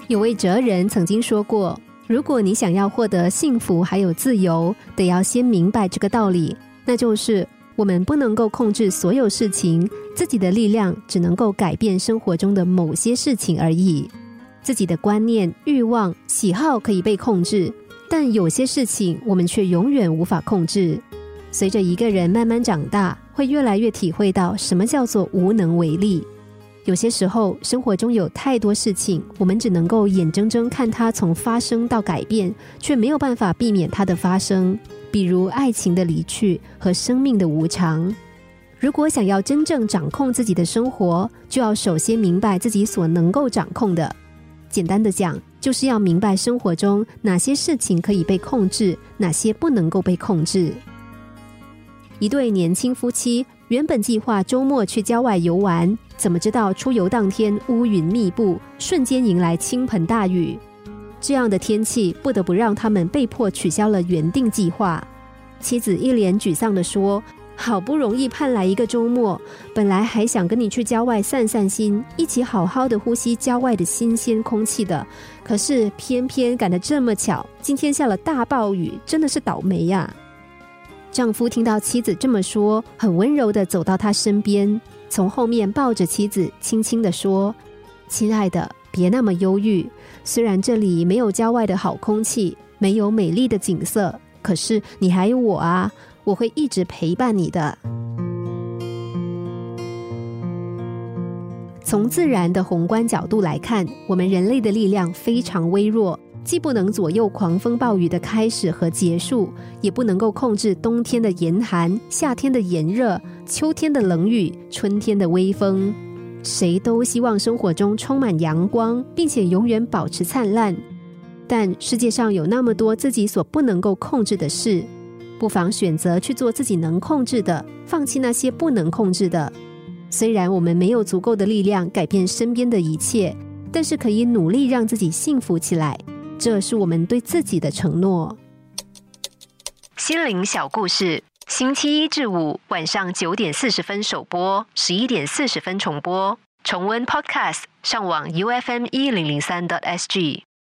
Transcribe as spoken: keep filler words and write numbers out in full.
有位哲人曾经说过，如果你想要获得幸福还有自由，得要先明白这个道理，那就是我们不能够控制所有事情，自己的力量只能够改变生活中的某些事情而已。自己的观念、欲望、喜好可以被控制，但有些事情我们却永远无法控制。随着一个人慢慢长大，会越来越体会到什么叫做无能为力。有些时候，生活中有太多事情，我们只能够眼睁睁看它从发生到改变，却没有办法避免它的发生。比如爱情的离去和生命的无常。如果想要真正掌控自己的生活，就要首先明白自己所能够掌控的。简单的讲，就是要明白生活中哪些事情可以被控制，哪些不能够被控制。一对年轻夫妻原本计划周末去郊外游玩，怎么知道出游当天乌云密布，瞬间迎来倾盆大雨。这样的天气不得不让他们被迫取消了原定计划。妻子一脸沮丧地说，好不容易盼来一个周末，本来还想跟你去郊外散散心，一起好好的呼吸郊外的新鲜空气的，可是偏偏赶得这么巧，今天下了大暴雨，真的是倒霉呀。丈夫听到妻子这么说，很温柔地走到她身边，从后面抱着妻子轻轻地说，亲爱的，别那么忧郁，虽然这里没有郊外的好空气，没有美丽的景色，可是你还有我啊，我会一直陪伴你的。从自然的宏观角度来看，我们人类的力量非常微弱，既不能左右狂风暴雨的开始和结束，也不能够控制冬天的严寒、夏天的炎热、秋天的冷雨、春天的微风。谁都希望生活中充满阳光，并且永远保持灿烂。但世界上有那么多自己所不能够控制的事，不妨选择去做自己能控制的，放弃那些不能控制的。虽然我们没有足够的力量改变身边的一切，但是可以努力让自己幸福起来，这是我们对自己的承诺。心灵小故事，星期一至五晚上九点四十分首播，十一点四十分重播。重温 Podcast， 上网 U F M 一零零三 点 S G。